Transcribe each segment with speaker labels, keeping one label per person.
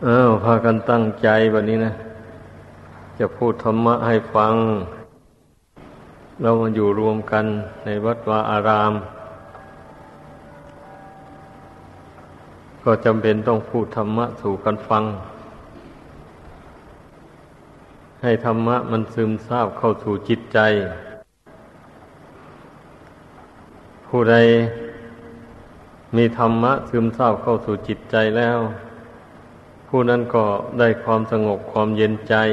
Speaker 1: พากันตั้งใจแบบนี้นะจะพูดธรรมะให้ฟังเรามาอยู่รวมกันในวัดวาอารามก็จำเป็นต้องพูดธรรมะสู่กันฟังให้ธรรมะมันซึมซาบเข้าสู่จิตใจผู้ใดมีธรรมะซึมซาบเข้าสู่จิตใจแล้วผู้นั้นก็ได้ความสงบความเย็นใจ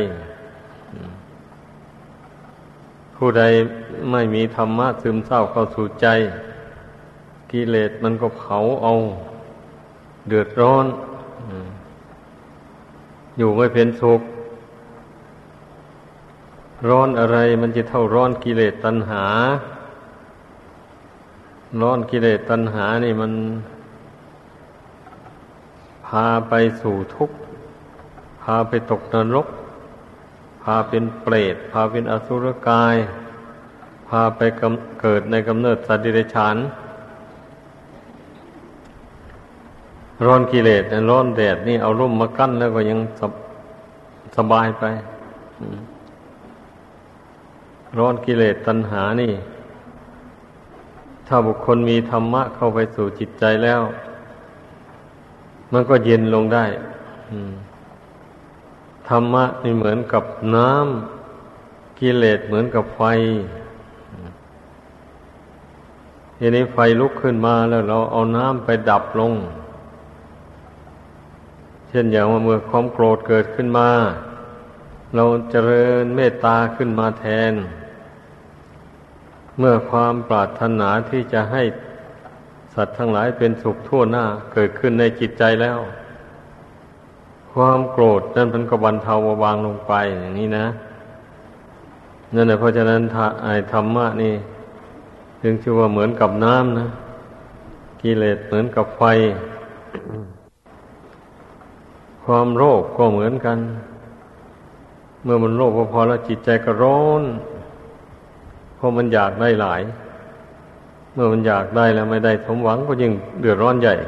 Speaker 1: ผู้ใดไม่มีธรรมะซึมซาบเข้าสู่ใจกิเลสมันก็เผาเอาเดือดร้อนอยู่ไม่เป็นสุขร้อนอะไรมันจะเท่าร้อนกิเลสตัณหาร้อนกิเลสตัณหานี่มันพาไปสู่ทุกข์พาไปตกนรกพาเป็นเปรตพาเป็นอสุรกายพาไปเกิดในกำเนิดสัตว์เดรัจฉานร้อนกิเลสร้อนแดดนี่เอาร่มมากั้นแล้วก็ยังสบายไปร้อนกิเลสตัณหานี่ถ้าบุคคลมีธรรมะเข้าไปสู่จิตใจแล้วมันก็เย็นลงได้ธรรมะนี่เหมือนกับน้ำกิเลสเหมือนกับไฟทีนี้ไฟลุกขึ้นมาแล้วเราเอาน้ำไปดับลงเช่นอย่างว่าเมื่อความโกรธเกิดขึ้นมาเราเจริญเมตตาขึ้นมาแทนเมื่อความปรารถนาที่จะให้สัตว์ทั้งหลายเป็นสุขทั่วหน้าเกิดขึ้นในจิตใจแล้วความโกรธนั่นมันก็บรรเทาเบาบางลงไปอย่างนี้นะนั่นแหละเพราะฉะนั้นธรรมะนี่จึงชื่อว่าเหมือนกับน้ำนะกิเลสเหมือนกับไฟความโลภก็เหมือนกันเมื่อมันโลภพอแล้วจิตใจก็ร้อนเพราะมันอยากได้หลายเมื่อมันอยากได้แล้วไม่ได้สมหวังก็ยิ่งเดือดร้อนใหญ่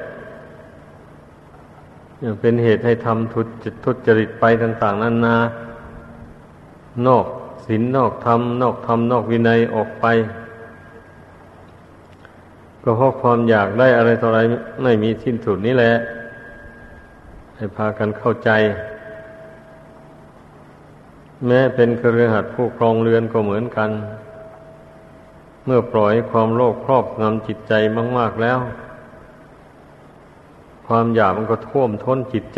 Speaker 1: เป็นเหตุให้ทำทุจริตไปต่างๆนานานอกศีลนอกธรรมนอกวินัยออกไปก็เพราะความอยากได้อะไรต่ออะไรไม่มีสิ้นสุดนี่แหละให้พากันเข้าใจแม้เป็นคฤหัสถ์ผู้ครองเรือนก็เหมือนกันเมื่อปล่อยความโลภครอบงำจิตใจมากๆแล้วความอยากมันก็ท่วมท้นจิตใจ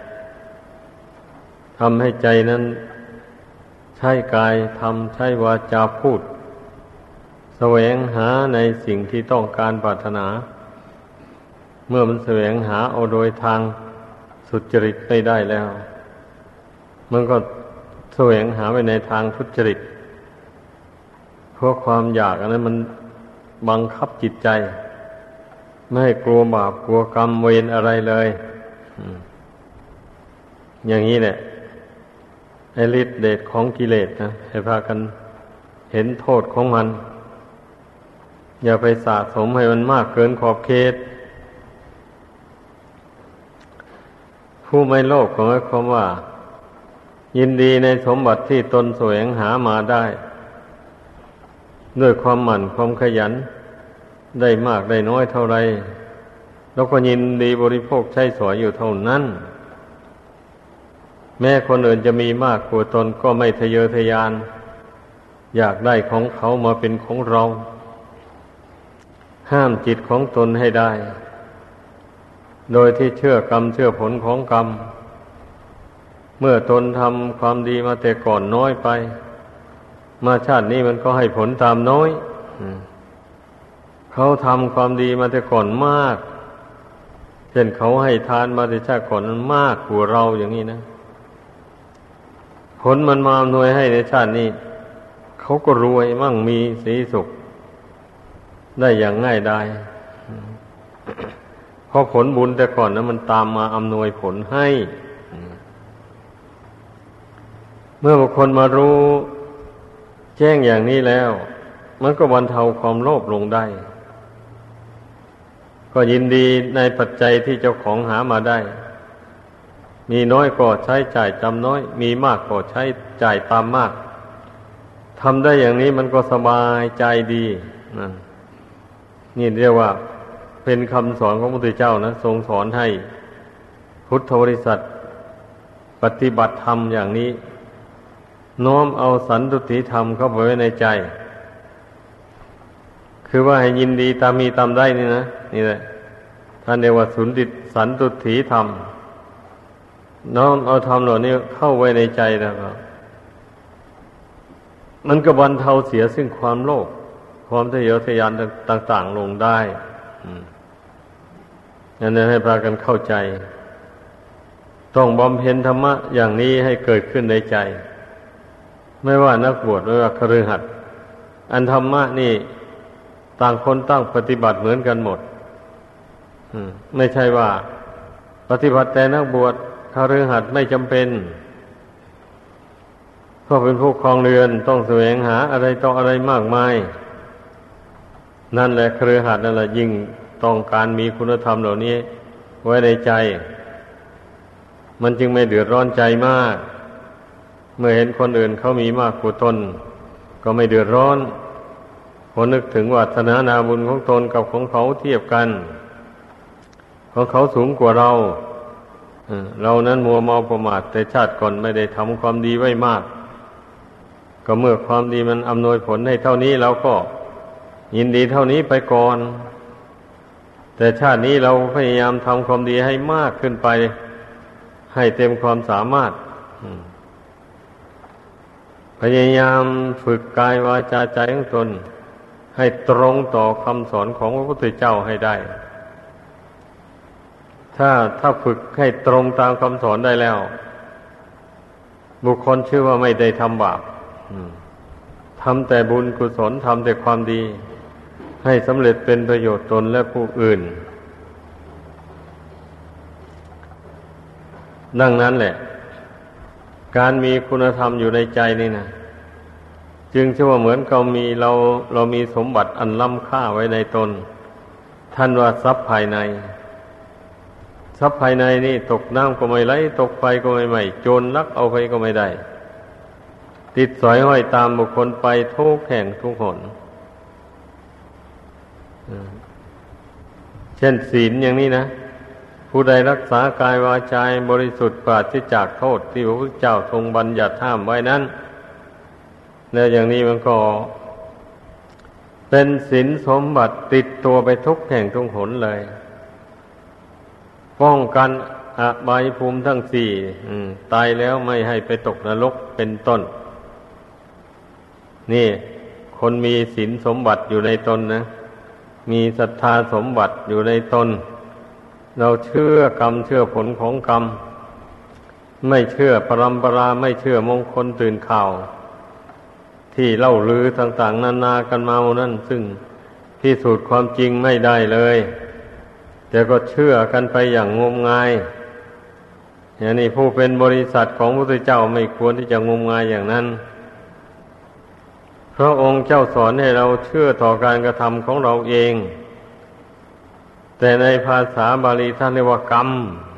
Speaker 1: ทำให้ใจนั้นใช้กายทำใช้วาจาพูดแสวงหาในสิ่งที่ต้องการปรารถนาเมื่อมันแสวงหาเอาโดยทางสุจริตไม่ได้แล้วมันก็แสวงหาไปในทางทุจริตเพราะความอยากอันนั้นมันบังคับจิตใจไม่ให้กลัวบาปกลัวกรรมเวรอะไรเลยอย่างนี้แหละไอ้ฤทธิ์เดชของกิเลสนะให้พากันเห็นโทษของมันอย่าไปสะสมให้มันมากเกินขอบเขตผู้ไม่โลภก็หมายความว่ายินดีในสมบัติที่ตนแสวงหามาได้ด้วยความหมั่นความขยันได้มากได้น้อยเท่าไรแล้วก็ยินดีบริโภคใช้สอยอยู่เท่านั้นแม้คนอื่นจะมีมากกว่าตนก็ไม่ทะเยอทะยานอยากได้ของเขามาเป็นของเราห้ามจิตของตนให้ได้โดยที่เชื่อกรรมเชื่อผลของกรรมเมื่อตนทำความดีมาแต่ก่อนน้อยไปมาชาตินี้มันก็ให้ผลตามน้อยเขาทำความดีมาแต่ก่อนมากเช่นเขาให้ทานมาแต่ชาติก่อนนั้นมากกว่าเราอย่างนี้นะผลมันมาอำนวยให้ในชาตินี้เขาก็รวยมั่งมีสีสุขได้อย่างง่ายดายเพราะผลบุญแต่ก่อนนั้นมันตามมาอำนวยผลให้เมื่อบุคคลมารู้แจ้งอย่างนี้แล้วมันก็บรรเทาความโลภลงได้ก็ยินดีในปัจจัยที่เจ้าของหามาได้มีน้อยก็ใช้จ่ายจำน้อยมีมากก็ใช้จ่ายตามมากทำได้อย่างนี้มันก็สบายใจดีนั่นนี่เรียกว่าเป็นคำสอนของพระพุทธเจ้านะทรงสอนให้พุทธบริษัทปฏิบัติธรรมอย่างนี้น้อมเอาสันตุถีธรรมเข้าไปไว้ในใจคือว่าให้ยินดีตามมีตามได้นี่นะนี่แหละท่านเรียกว่าสันตุถีธรรมน้อมเอาธรรมเหล่านี้เข้าไว้ในใจแล้วก็มันก็บรรเทาเสียซึ่งความโลภความทะเยอทะยานต่างๆลงได้นั่นให้พากันเข้าใจต้องบำเพ็ญธรรมะอย่างนี้ให้เกิดขึ้นในใจไม่ว่านักบวชไม่ว่าคฤหัสถ์อันธรรมะนี่ต่างคนต่างปฏิบัติเหมือนกันหมดไม่ใช่ว่าปฏิบัติแต่นักบวชคฤหัสถ์ไม่จำเป็นเพราะเป็นผู้ครองเรือนต้องแสวงหาอะไรต่ออะไรมากมายนั่นแหละคฤหัสถ์นั่นแหละยิ่งต้องการมีคุณธรรมเหล่านี้ไว้ในใจมันจึงไม่เดือดร้อนใจมากเมื่อเห็นคนอื่นเขามีมากกว่าตนก็ไม่เดือดร้อนพอนึกถึงวาสนานาบุญของตนกับของเขาเทียบกันของเขาสูงกว่าเราเรานั้นมัวเมาประมาทแต่ชาติก่อนไม่ได้ทำความดีไว้มากก็เมื่อความดีมันอำนวยผลให้เท่านี้เราก็ยินดีเท่านี้ไปก่อนแต่ชาตินี้เราพยายามทำความดีให้มากขึ้นไปให้เต็มความสามารถพยายามฝึกกายวาจาใจของตนให้ตรงต่อคำสอนของพระพุทธเจ้าให้ได้ถ้าฝึกให้ตรงตามคำสอนได้แล้วบุคคลชื่อว่าไม่ได้ทำบาปทำแต่บุญกุศลทำแต่ความดีให้สำเร็จเป็นประโยชน์ตนและผู้อื่นดังนั้นแหละการมีคุณธรรมอยู่ในใจนี่นะจึงชื่อว่าเหมือนเรามีสมบัติอันล้ำค่าไว้ในตนท่านว่าทรัพย์ภายในทรัพย์ภายในนี่ตกน้ำก็ไม่ไหลตกไฟก็ไม่ไหม้โจรลักเอาไปก็ไม่ได้ติดสอยห้อยตามบุคคลไปทุกแห่งทุกหนเช่นศีลอย่างนี้นะผู้ใดรักษากายวาจาบริสุทธิ์ปราศจากโทษที่พระพุทธเจ้าทรงบัญญัติห้ามไว้นั้นแล้วอย่างนี้มันก็เป็นศีลสมบัติติดตัวไปทุกแห่งทุกหนเลยป้องกันอบายภูมิทั้งสี่ตายแล้วไม่ให้ไปตกนรกเป็นต้นนี่คนมีศีลสมบัติอยู่ในตนนะมีศรัทธาสมบัติอยู่ในตนเราเชื่อกรรมเชื่อผลของกรรมไม่เชื่อปรัมปราไม่เชื่อมงคลตื่นข่าวที่เล่าลือต่างๆนานากันมานั่นซึ่งพิสูจน์ความจริงไม่ได้เลยแต่ก็เชื่อกันไปอย่างงมงายอย่างนี้ผู้เป็นบริษัทของพระพุทธเจ้าไม่ควรที่จะงมงายอย่างนั้นพระองค์เจ้าสอนให้เราเชื่อต่อการกระทำของเราเองแต่ในภาษาบาลีท่านเรียกว่ากรรม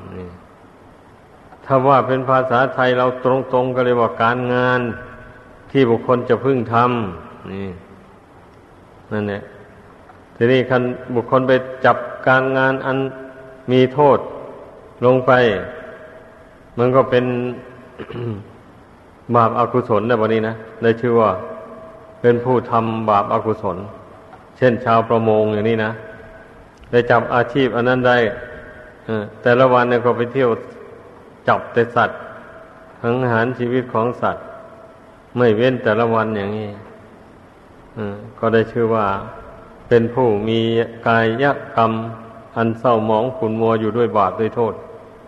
Speaker 1: ถ้าว่าเป็นภาษาไทยเราตรงๆก็เรียกว่าการงานที่บุคคลจะพึงทำนี่นั่นแหละทีนี้คันบุคคลไปจับการงานอันมีโทษลงไปมันก็เป็น บาปอกุศลในวันนี้นะได้ชื่อว่าเป็นผู้ทำบาปอกุศลเช่นชาวประมงอย่างนี้นะได้จับอาชีพอันนั้นได้แต่ละวันเนี่ยก็ไปเที่ยวจับแต่สัตว์หังหารชีวิตของสัตว์ไม่เว้นแต่ละวันอย่างนี้ก็ได้ชื่อว่าเป็นผู้มีกายกรรมอันเศร้าหมองขุ่นมัวอยู่ด้วยบาปด้วยโทษ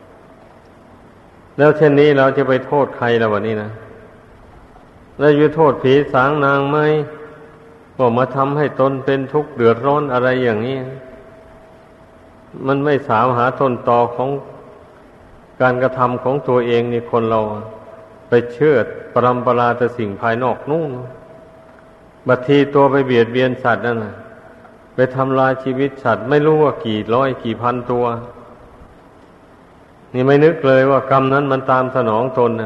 Speaker 1: แล้วเช่นนี้เราจะไปโทษใครล่ะวันนี้นะแล้วอยู่โทษผีสางนางไหมว่ามาทำให้ตนเป็นทุกข์เดือดร้อนอะไรอย่างนี้มันไม่สาวหาต้นตอของการกระทำของตัวเองนี่คนเราไปเชื่อปรัมปราแต่สิ่งภายนอกนู่นบัดทีตัวไปเบียดเบียนสัตว์นั่นน่ะไปทำลายชีวิตสัตว์ไม่รู้ว่ากี่ร้อยกี่พันตัวนี่ไม่นึกเลยว่ากรรมนั้นมันตามสนองตนนะ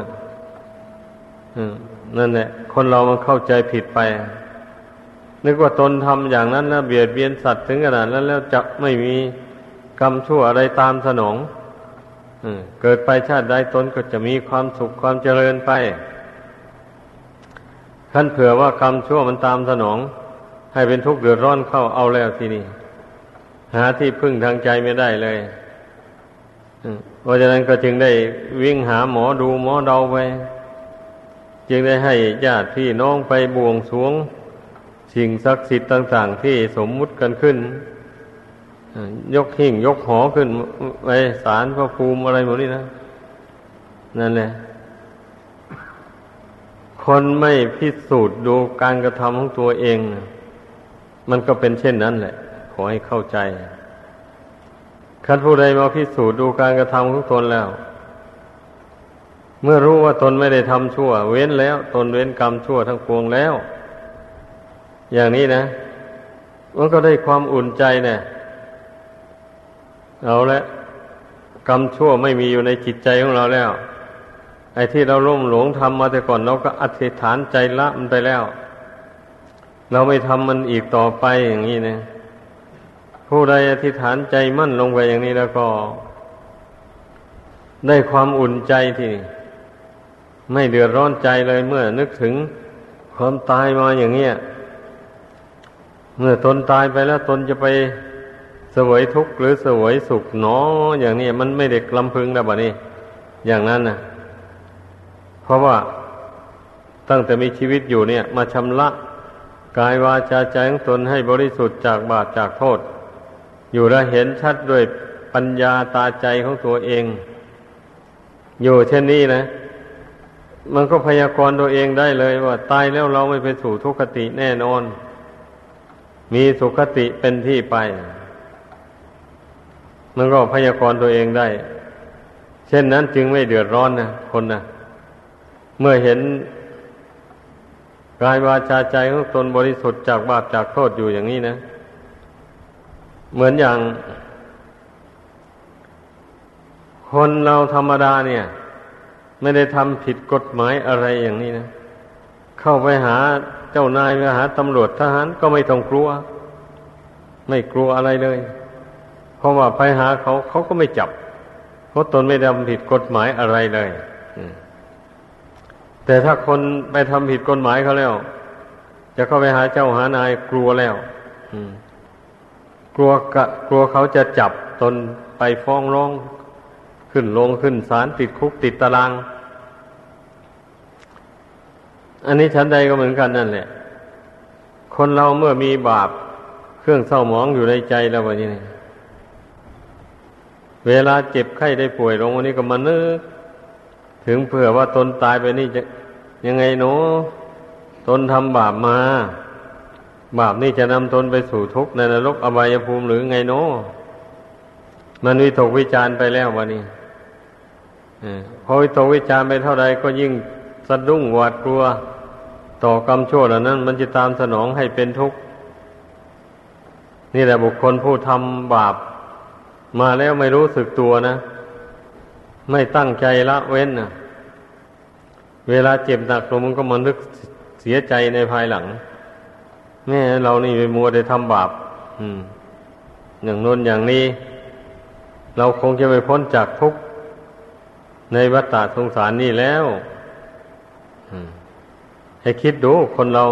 Speaker 1: นั่นแหละคนเรามันเข้าใจผิดไปนึกว่าตนทำอย่างนั้นแล้วเบียดเบียนสัตว์ถึงขนาดนั้นแล้วจะไม่มีกรรมชั่วอะไรตามสนองเกิดไปชาติใดตนก็จะมีความสุขความเจริญไปขั้นเผื่อว่ากรรมชั่วมันตามสนองให้เป็นทุกข์เดือดร้อนเข้าเอาแล้วทีนี้หาที่พึ่งทางใจไม่ได้เลยเพราะฉะนั้นก็จึงได้วิ่งหาหมอดูหมอเดาไปจึงได้ให้ญาติพี่น้องไปบวงสรวงสิ่งศักดิ์สิทธิ์ต่างๆที่สมมุติกันขึ้นยกหิ้งยกหอขึ้นไปศาลพระภูมิอะไรหมดนี่นะนั่นแหละคนไม่พิสูจน์ดูการกระทำของตัวเองมันก็เป็นเช่นนั้นแหละขอให้เข้าใจคันผู้ใดมาพิสูจน์ดูการกระทำของตนแล้วเมื่อรู้ว่าตนไม่ได้ทำชั่วเว้นแล้วตนเว้นกรรมชั่วทั้งปวงแล้วอย่างนี้นะมันก็ได้ความอุ่นใจเนี่ยเอาละกรรมชั่วไม่มีอยู่ในจิตใจของเราแล้วไอ้ที่เราลุ่มหลงทำมาแต่ก่อนเราก็อธิษฐานใจละมันไปแล้วเราไม่ทำมันอีกต่อไปอย่างนี้นะผู้ใดอธิษฐานใจมั่นลงไปอย่างนี้แล้วก็ได้ความอุ่นใจที่ไม่เดือดร้อนใจเลยเมื่อนึกถึงความตายมาอย่างเงี้ยเมื่อตนตายไปแล้วตนจะไปเสวยทุกข์หรือเสวยสุขหนออย่างนี้มันไม่ได้ลำพึงแล้วบัดนี้อย่างนั้นนะเพราะว่าตั้งแต่มีชีวิตอยู่เนี่ยมาชำระกายวาจาใจของตนให้บริสุทธิ์จากบาปจากโทษอยู่แล้วเห็นชัดด้วยปัญญาตาใจของตัวเองอยู่เช่นนี้นะมันก็พยากรณ์ตัวเองได้เลยว่าตายแล้วเราไม่ไปสู่ทุกขติแน่นอนมีสุขติเป็นที่ไปมันก็พยากรณ์ตัวเองได้เช่นนั้นจึงไม่เดือดร้อนนะคนนะเมื่อเห็นกายวาจาใจของตนบริสุทธิ์จากบาปจากโทษอยู่อย่างนี้นะเหมือนอย่างคนเราธรรมดาเนี่ยไม่ได้ทำผิดกฎหมายอะไรอย่างนี้นะเข้าไปหาเจ้านายไปหาตำรวจทหารก็ไม่ต้องกลัวไม่กลัวอะไรเลยเพราะว่าไปหาเขาก็ไม่จับเพราะตนไม่ได้ทำผิดกฎหมายอะไรเลยแต่ถ้าคนไปทำผิดกฎหมายเขาแล้วจะเข้าไปหาเจ้าหานายกลัวแล้วกลัวเขาจะจับตนไปฟ้องร้องขึ้นลงขึ้นศาลติดคุกติดตารางอันนี้ชั้นใดก็เหมือนกันนั่นแหละคนเราเมื่อมีบาปเครื่องเศร้าหมองอยู่ในใจแล้วแบบนี้เวลาเจ็บไข้ได้ป่วยลงวันนี้ก็มานึกถึงเผื่อว่าตนตายไปนี่จะยังไงเนาะตนทำบาปมาบาปนี่จะนำตนไปสู่ทุกข์ในนรกอบายภูมิหรือไงเนาะมันวิตกวิจารณ์ไปแล้ววันนี้พอวิตกวิจารณ์ไปเท่าใดก็ยิ่งสะดุ้งหวาดกลัวต่อกรรมชั่วเหล่านั้นมันจะตามสนองให้เป็นทุกข์นี่แหละบุคคลผู้ทำบาปมาแล้วไม่รู้สึกตัวนะไม่ตั้งใจละเว้นนะเวลาเจ็บหนักลงมันก็มันนึกเสียใจในภายหลังแม่เรานี่ไปมัวได้ทำบาปอย่างโน้นอย่างนี้เราคงจะไม่พ้นจากทุกข์ในวัฏฏะสงสารนี่แล้วให้คิดดูคนเรา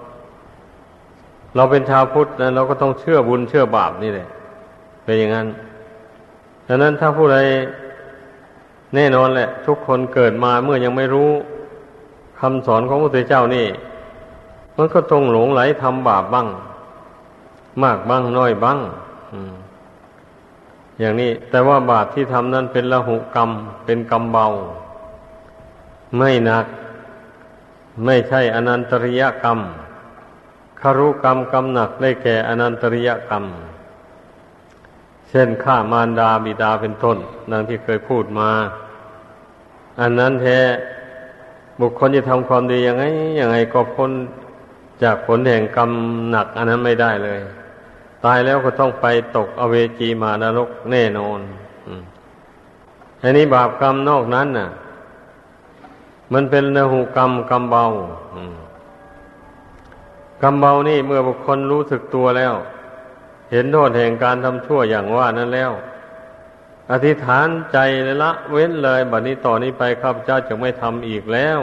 Speaker 1: เป็นชาวพุทธนะเราก็ต้องเชื่อบุญเชื่อบาปนี่แหละเป็นอย่างนั้นดังนั้นถ้าผู้ใดแน่นอนแหละทุกคนเกิดมาเมื่อยังไม่รู้คำสอนของพระพุทธเจ้านี่มันก็ต้องหลงไหลทำบาปบ้างมากบ้างน้อยบ้างอย่างนี้แต่ว่าบาปที่ทำนั้นเป็นละหุกรรมเป็นกรรมเบาไม่หนักไม่ใช่อนันตริยกรรมครุกรรมกรรมหนักได้แก่อนันตริยกรรมเช่นฆ่ามารดาบิดาเป็นต้นดังที่เคยพูดมาอันนั้นแท้บุคคลจะทำความดียังไงก็พ้นจากผลแห่งกรรมหนักอันนั้นไม่ได้เลยตายแล้วก็ต้องไปตกอเวจีมานรกแน่นอนอันนี้บาปกรรมนอกนั้นน่ะมันเป็นอหุกรรมกรรมเบากรรมเบานี่เมื่อบุคคลรู้สึกตัวแล้วเห็นโทษแห่งการทำชั่วอย่างว่านั้นแล้วอธิษฐานใจละเว้นเลยบัดนี้ต่อนนี้ไปข้าพเจ้าจะไม่ทำอีกแล้ว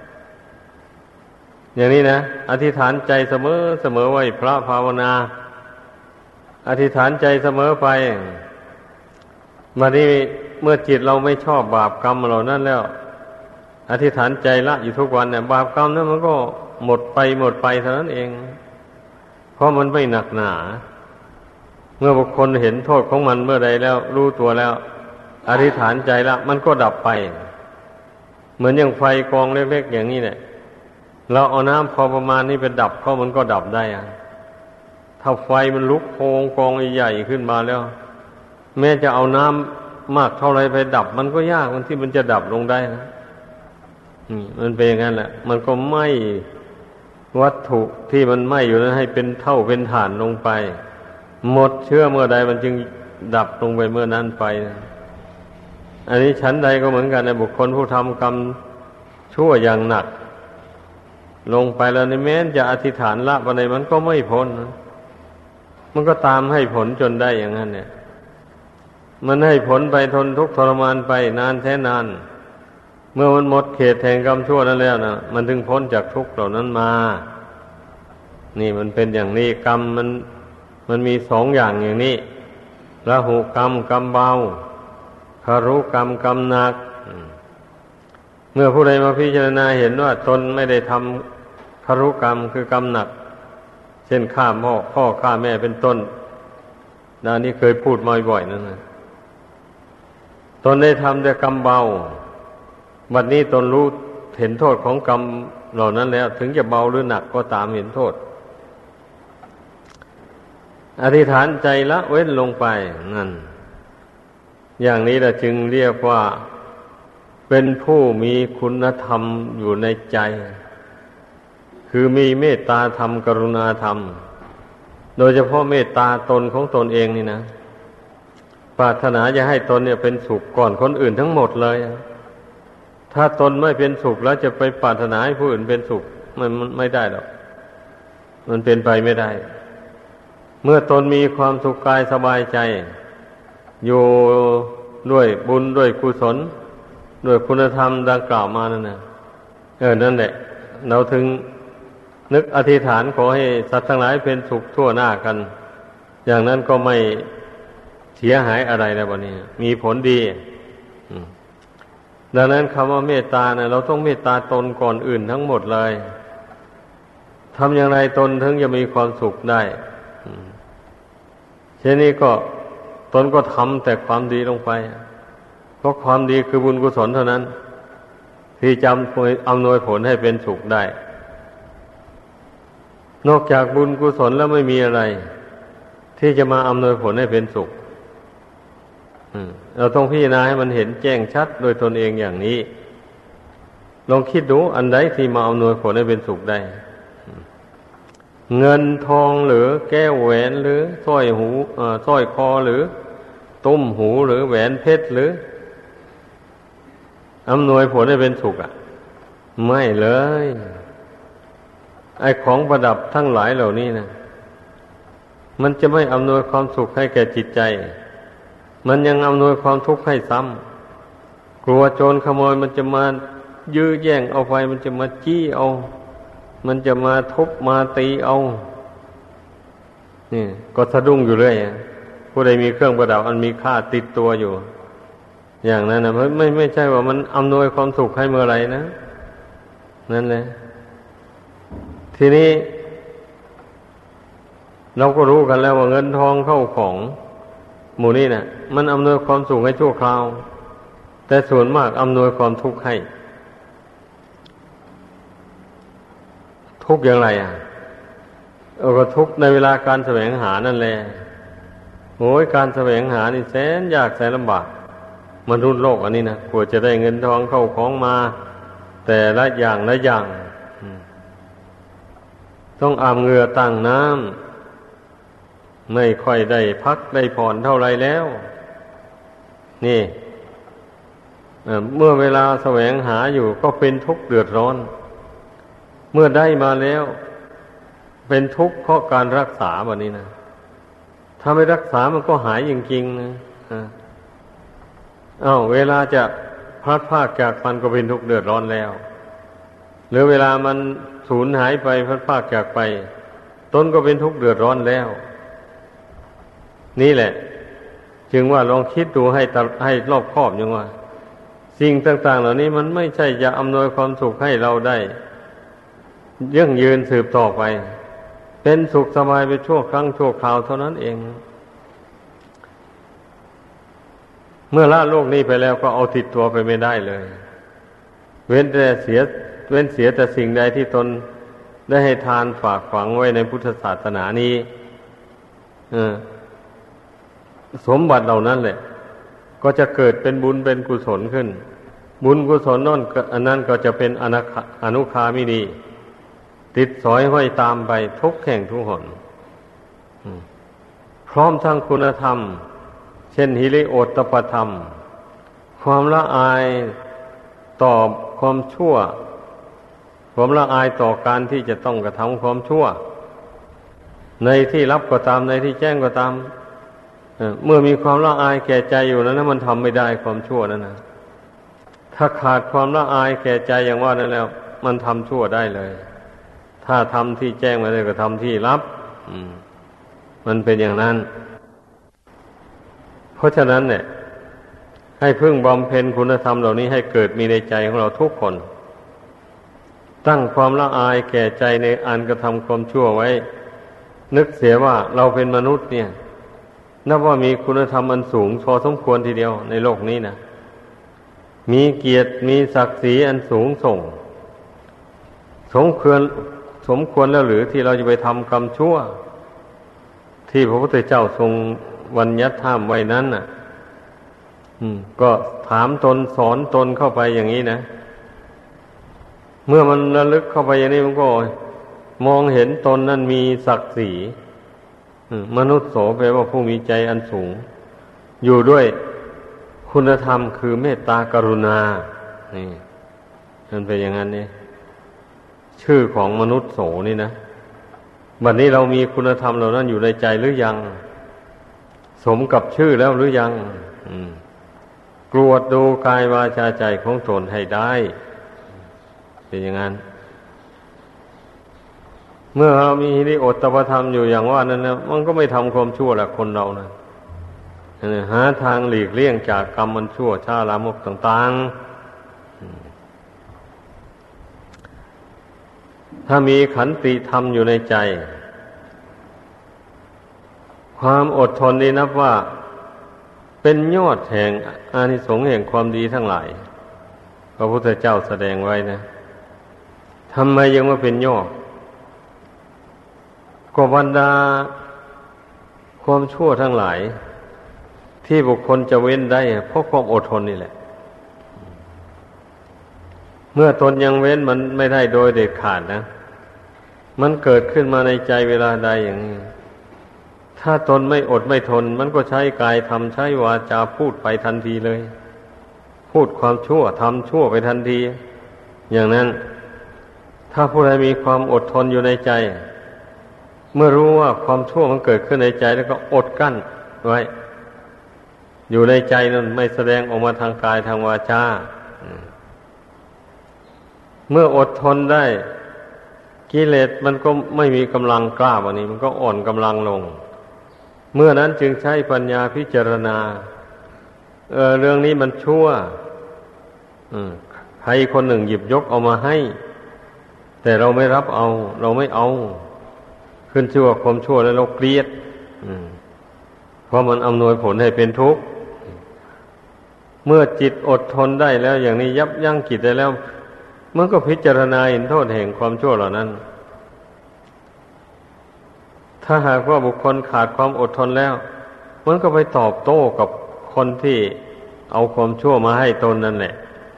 Speaker 1: อย่างนี้นะอธิษฐานใจเสมอไว้พระภาวนาอธิษฐานใจเสมอไปบัดนี้เมื่อจิตเราไม่ชอบบาปกรรมเหล่านั้นแล้วอธิษฐานใจละอยู่ทุกวันเนี่ยบาปกรรมนั้นมันก็หมดไปเท่านั้นเองเพราะมันไม่หนักหนาเมื่อบุคคลเห็นโทษของมันเมื่อใดแล้วรู้ตัวแล้วอธิษฐานใจละมันก็ดับไปเหมือนอย่างไฟกองเล็กๆอย่างนี้เนี่ยเราเอาน้ำพอประมาณนี้ไปดับเพราะมันก็ดับได้ถ้าไฟมันลุกโพงกองใหญ่ขึ้นมาแล้วแม้จะเอาน้ำมากเท่าไรไปดับมันก็ยากที่มันจะดับลงได้นะมันเป็นอย่างนั้นแหละมันก็ไหม้วัตถุที่มันไหม้อยู่นั้นให้เป็นเท่าเป็นฐานลงไปหมดเชื้อเมื่อใดมันจึงดับลงไปเมื่อนั้นไปอันนี้ชั้นใดก็เหมือนกันในบุคคลผู้ทำกรรมชั่วอย่างหนักลงไปแล้วในแม้จะอธิษฐานละวันใดมันก็ไม่พ้นมันก็ตามให้ผลจนได้อย่างนั้นเนี่ยมันให้ผลไปทนทุกข์ทรมานไปนานแท้นานเมื่อมันหมดเขตแห่งกรรมชั่วนั้นแล้วนะมันถึงพ้นจากทุกข์เหล่านั้นมานี่มันเป็นอย่างนี้กรรมมันมีสองอย่างอย่างนี้ละหุกรรมกรรมเบาคารุกรรมกรรมหนักเมื่อผู้ใดมาพิจารณาเห็นว่าตนไม่ได้ทำคารุกรรมคือกรรมหนักเช่นฆ่าพ่อฆ่าแม่เป็นต้นด้านนี้เคยพูดมาบ่อยนั่นนะตนได้ทำแต่กรรมเบาบัดนี้ตนรู้เห็นโทษของกรรมเหล่านั้นแล้วถึงจะเบาหรือหนักก็ตามเห็นโทษอธิษฐานใจละเว้นลงไปนั่นอย่างนี้เราจึงเรียกว่าเป็นผู้มีคุณธรรมอยู่ในใจคือมีเมตตาธรรมกรุณาธรรมโดยเฉพาะเมตตาตนของตนเองนี่นะปรารถนาจะให้ตนเนี่ยเป็นสุขก่อนคนอื่นทั้งหมดเลยถ้าตนไม่เป็นสุขแล้วจะไปปรารถนาให้ผู้อื่นเป็นสุขมันไม่ได้หรอกมันเป็นไปไม่ได้เมื่อตนมีความสุขกายสบายใจอยู่ด้วยบุญด้วยกุศลด้วยคุณธรรมดังกล่าวมานั่นนะนั่นแหละเราถึงนึกอธิษฐานขอให้สัตว์ทั้งหลายเป็นสุขทั่วหน้ากันอย่างนั้นก็ไม่เสียหายอะไรแล้ววันนี้มีผลดีดังนั้นคำว่าเมตตาเนี่ยเราต้องเมตตาตนก่อนอื่นทั้งหมดเลยทำอย่างไรตนถึงจะมีความสุขได้เช่นนี้ก็ตนก็ทำแต่ความดีลงไปเพราะความดีคือบุญกุศลเท่านั้นที่จะอำนวยผลให้เป็นสุขได้นอกจากบุญกุศลแล้วไม่มีอะไรที่จะมาอำนวยผลให้เป็นสุขเราต้องพิจารณาให้มันเห็นแจ้งชัดโดยตนเองอย่างนี้ลองคิดดูอันใดที่มาอำนวยผลให้เป็นสุขได้เงินทองหรือแก้วแหวนหรือสร้อยหูสร้อยคอหรือตุ้มหูหรือแหวนเพชรหรืออำนวยผลให้เป็นสุขไม่เลยไอ้ของประดับทั้งหลายเหล่านี้นะมันจะไม่อำนวยความสุขให้แก่จิตใจมันยังอำนวยความทุกข์ให้ซ้ำกลัวโจรขโมยมันจะมายื้อแย่งเอาไปมันจะมาจี้เอามันจะมาทุบมาตีเอานี่ก็สะดุ้งอยู่เรื่อยผู้ใดมีเครื่องประดับอันมีค่าติดตัวอยู่อย่างนั้นนะไม่ใช่ว่ามันอำนวยความสุขให้เมื่อไรนะนั่นแหละทีนี้เราก็รู้กันแล้วว่าเงินทองเข้าของหมู่นี้นะมันอำนวยความสุขให้ชั่วคราวแต่ส่วนมากอำนวยความทุกข์ให้ทุกข์อย่างไรก็ทุกข์ในเวลาการแสวงหานั่นแหละโอ้ยการแสวงหานี่แสนยากแสนลำบากมนุษย์โลกอันนี้นะกว่าจะได้เงินทองเข้าของมาแต่ละอย่างละอย่างต้องอาบเหงื่อตั้งน้ำไม่ค่อยได้พักได้ผ่อนเท่าไรแล้วนี่เมื่อเวลาแสวงหาอยู่ก็เป็นทุกข์เดือดร้อน เมื่อได้มาแล้วเป็นทุกข์เพราะการรักษาแบบนี้นะถ้าไม่รักษามันก็หายจริงๆนะเวลาจะพลัดพรากจากมันก็เป็นทุกข์เดือดร้อนแล้วหรือเวลามันสูญหายไปพลัดพรากจากไปตนก็เป็นทุกข์เดือดร้อนแล้วนี่แหละจึงว่าลองคิดดูให้รอบคอบอย่างว่าสิ่งต่างๆเหล่านี้มันไม่ใช่จะอำนวยความสุขให้เราได้ยั่งยืนสืบต่อไปเป็นสุขสบายไปชั่วครั้งชั่วคราวเท่านั้นเองเมื่อละโลกนี้ไปแล้วก็เอาติดตัวไปไม่ได้เลยเว้นเสียแต่สิ่งใดที่ตนได้ให้ทานฝากฝังไว้ในพุทธศาสนานี้สมบัติเหล่านั้นแหละก็จะเกิดเป็นบุญเป็นกุศลขึ้นบุญกุศลอันนั้นก็จะเป็นอนุคามินีติดสอยห้อยตามไปทุกแห่งทุกหนพร้อมทั้งคุณธรรมเช่นหิริโอตตัปปธรรมความละอายต่อความชั่วความละอายต่อการที่จะต้องกระทำความชั่วในที่ลับก็ตามในที่แจ้งก็ตามเมื่อมีความละอายแก่ใจอยู่นั้นมันทำไม่ได้ความชั่วนั้นนะถ้าขาดความละอายแก่ใจอย่างว่านั้นแล้วมันทำชั่วได้เลยถ้าทำที่แจ้งไม่ได้ก็ทำที่ลับมันเป็นอย่างนั้นเพราะฉะนั้นเนี่ยให้พึ่งบำเพ็ญคุณธรรมเหล่านี้ให้เกิดมีในใจของเราทุกคนตั้งความละอายแก่ใจในอันกระทำความชั่วไว้นึกเสียว่าเราเป็นมนุษย์เนี่ยนับว่ามีคุณธรรมอันสูงพอสมควรทีเดียวในโลกนี้นะมีเกียรติมีศักดิ์ศรีอันสูงส่งสมควรแล้วหรือที่เราจะไปทำกรรมชั่วที่พระพุทธเจ้าทรงบัญญัติห้ามไว้นั้นน่ะก็ถามตนสอนตนเข้าไปอย่างนี้นะเมื่อมันระลึกเข้าไปอย่างนี้มันก็มองเห็นตนนั้นมีศักดิ์ศรีมนุษย์โสแปลว่าผู้มีใจอันสูงอยู่ด้วยคุณธรรมคือเมตตากรุณานี่มันเป็นอย่างนั้นนี่ชื่อของมนุษย์โสนี่นะบัดนี้เรามีคุณธรรมเหล่านั้นอยู่ในใจหรือยังสมกับชื่อแล้วหรือยังกรวดดูกายวาจาใจของตนให้ได้เป็นอย่างนั้นเมื่อเรามีหิริโอตตัปปธรรมอยู่อย่างว่านั้นนะมันก็ไม่ทำความชั่วแหละคนเรานะหาทางหลีกเลี่ยงจากกรรมมันชั่วช้าลามกต่างๆถ้ามีขันติธรรมอยู่ในใจความอดทนนี้นับว่าเป็นยอดแห่งอานิสงส์แห่งความดีทั้งหลายพระพุทธเจ้าแสดงไว้นะทำไมยังว่าเป็นยอดก็บรรดาความชั่วทั้งหลายที่บุคคลจะเว้นได้เพราะความอดทนนี่แหละเมื่อตนยังเว้นมันไม่ได้โดยเด็ดขาดนะมันเกิดขึ้นมาในใจเวลาใดอย่างนี้ถ้าตนไม่อดไม่ทนมันก็ใช้กายทำใช้วาจาพูดไปทันทีเลยพูดความชั่วทำชั่วไปทันทีอย่างนั้นถ้าผู้ใดมีความอดทนอยู่ในใจเมื่อรู้ว่าความชั่วมันเกิดขึ้นในใจแล้วก็อดกั้นไว้อยู่ในใจนั้นไม่แสดงออกมาทางกายทางวาจาเมื่ออดทนได้กิเลสมันก็ไม่มีกำลังกล้าวันนี้มันก็อ่อนกำลังลงเมื่อนั้นจึงใช้ปัญญาพิจารณาเรื่องนี้มันชั่วใครคนหนึ่งหยิบยกเอามาให้แต่เราไม่รับเอาเราไม่เอาขึ้นชื่อว่าความชั่วแล้วเราเกลียดเพราะมันอำนวยผลให้เป็นทุกข์เมื่อจิตอดทนได้แล้วอย่างนี้ยับยั้งจิตได้แล้วมันก็พิจารณาเห็นโทษแห่งความชั่วเหล่านั้นถ้าหากว่าบุคคลขาดความอดทนแล้วมันก็ไปตอบโต้กับคนที่เอาความชั่วมาให้ตนนั่นแหละ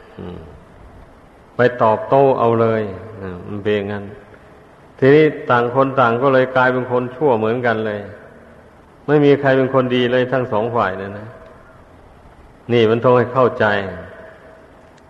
Speaker 1: ไปตอบโต้เอาเลยมันเป็นงั้นทีนี้ต่างคนต่างก็เลยกลายเป็นคนชั่วเหมือนกันเลยไม่มีใครเป็นคนดีเลยทั้งสองฝ่ายนั่นนะนี่มันต้องให้เข้าใจ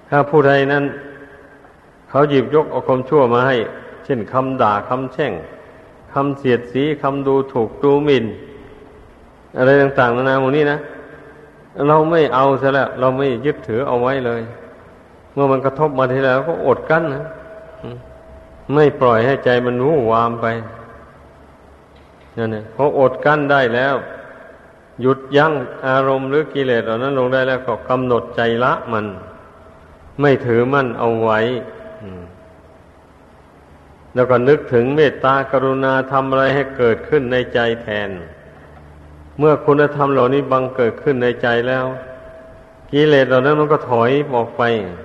Speaker 1: ถ้าผู้ใดนั้นเขาหยิบยกเอาความชั่วมาให้เช่นคำด่าคำแช่งคำเสียดสีคำดูถูกดูหมิ่นอะไรต่างๆนานาหมดนี้นะเราไม่เอาซะแล้วเราไม่ยึดถือเอาไว้เลยเมื่อมันกระทบมาทีแล้วก็อดกั้นนะไม่ปล่อยให้ใจมันวู่วามไปนั่นแหละพออดกั้นได้แล้วหยุดยั้งอารมณ์หรือกิเลสเหล่านั้นลงได้แล้วก็กำหนดใจละมันไม่ถือมั่นเอาไว้แล้วก็นึกถึงเมตตากรุณาทำอะไรให้เกิดขึ้นในใจแทนเมื่อคุณธรรมเหล่านี้บังเกิดขึ้นในใจแล้วกิเลสเหล่านั้นมันก็ถอยออกไป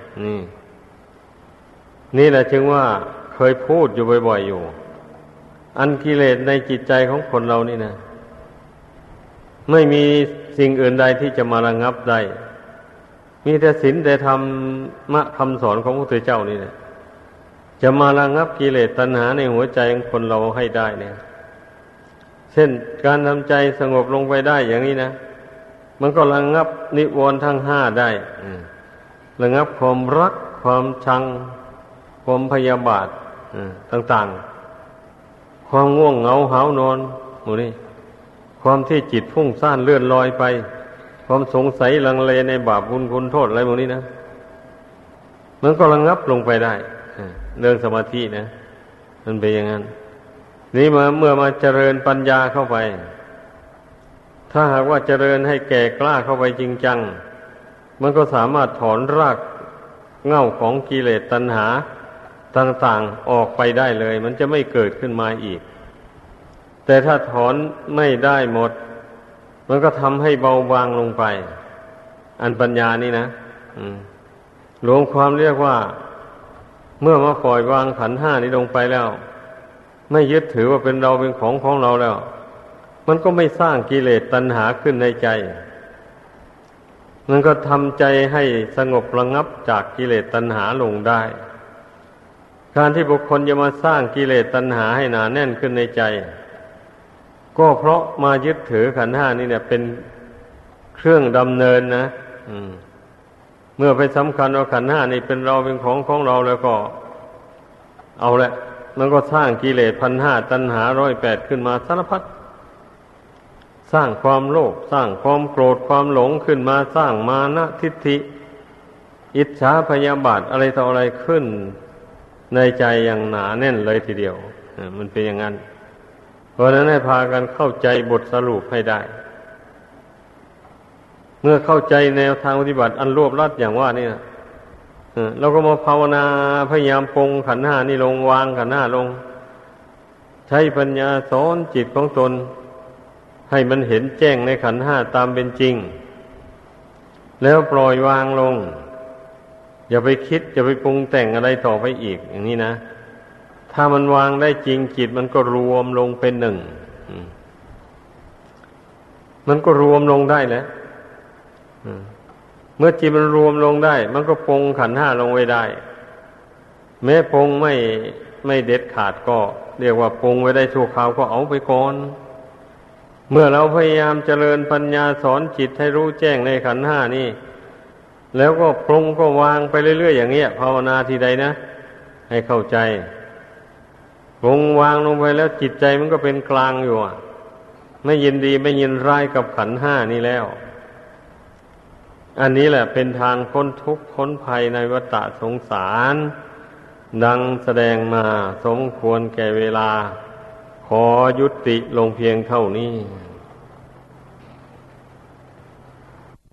Speaker 1: นี่แหละจึงว่าเคยพูดอยู่บ่อยๆอยู่อันกิเลสในจิตใจของคนเรานี่นะไม่มีสิ่งอื่นใดที่จะมาระงับได้มีแต่ศีลแต่ธรรมะคำสอนของพระพุทธเจ้านี่แหละจะมาระงับกิเลสตัณหาในหัวใจของคนเราให้ได้เนี่ยเช่นการทำใจสงบลงไปได้อย่างนี้นะมันก็ระงับนิวรณ์ทั้งห้าได้ระงับความรักความชังความพยาบาทต่างๆความง่วงเหงาหาวนอนหมู่นี้ความที่จิตฟุ้งซ่านเลื่อนลอยไปความสงสัยลังเลในบาปบุญคุณโทษอะไรหมู่นี้นะมันก็ระงับลงไปได้เรื่องสมาธินะมันเป็นอย่างนั้นนี่เมื่อมาเจริญปัญญาเข้าไปถ้าหากว่าเจริญให้แก่กล้าเข้าไปจริงจังมันก็สามารถถอนรากเหง้าของกิเลสตัณหาต่างๆออกไปได้เลยมันจะไม่เกิดขึ้นมาอีกแต่ถ้าถอนไม่ได้หมดมันก็ทำให้เบาบางลงไปอันปัญญานี่นะรวมความเรียกว่าเมื่อมาปล่อยวางขันธ์ห้านี้ลงไปแล้วไม่ยึดถือว่าเป็นเราเป็นของเราแล้วมันก็ไม่สร้างกิเลสตัณหาขึ้นในใจมันก็ทำใจให้สงบระงับจากกิเลสตัณหาลงได้การที่บุคคลจะมาสร้างกิเลสตัณหาให้หนาแน่นขึ้นในใจก็เพราะมายึดถือขันธ์ห้านี่เนี่ยเป็นเครื่องดำเนินนะเมื่อไปสำคัญว่าขันธ์ห้านี่เป็นเราเป็นของเราแล้วก็เอาละมันก็สร้างกิเลส1,500ตัณหา108ขึ้นมาสารพัดสร้างความโลภสร้างความโกรธความหลงขึ้นมาสร้างมานะทิฏฐิอิจฉาพยาบาทอะไรต่ออะไรขึ้นในใจอย่างหนาแน่นเลยทีเดียวมันเป็นอย่างนั้นเพราะนั้นให้พากันเข้าใจบทสรุปให้ได้เมื่อเข้าใจแนวทางปฏิบัติอันรวบรัดอย่างว่านี่นะเราก็มาภาวนาพยายามปรงขันธ์ห้านี่ลงวางขันธ์ห้าลงใช้ปัญญาสอนจิตของตนให้มันเห็นแจ้งในขันธ์ห้าตามเป็นจริงแล้วปล่อยวางลงอย่าไปคิดอย่าไปปรุงแต่งอะไรต่อไปอีกอย่างนี้นะถ้ามันวางได้จริงจิตมันก็รวมลงเป็นหนึ่งมันก็รวมลงได้แล้วเมื่อจิตมันรวมลงได้มันก็ปรงขันธ์ห้าลงไว้ได้แม้ปรงไม่เด็ดขาดก็เรียกว่าปรงไว้ได้ชั่วคราวก็เอาไปก่อนเมื่อเราพยายามเจริญปัญญาสอนจิตให้รู้แจ้งในขันธ์ห้านี่แล้วก็ปรงก็วางไปเรื่อยๆอย่างเงี้ยภาวนาทีใดนะให้เข้าใจปรงวางลงไปแล้วจิตใจมันก็เป็นกลางอยู่ไม่ยินดีไม่ยินร้ายกับขันธ์ห้านี่แล้วอันนี้แหละเป็นทางพ้นทุกข์พ้นภัยในวัฏสงสารดังแสดงมาสมควรแก่เวลาขอยุติลงเพียงเท่านี้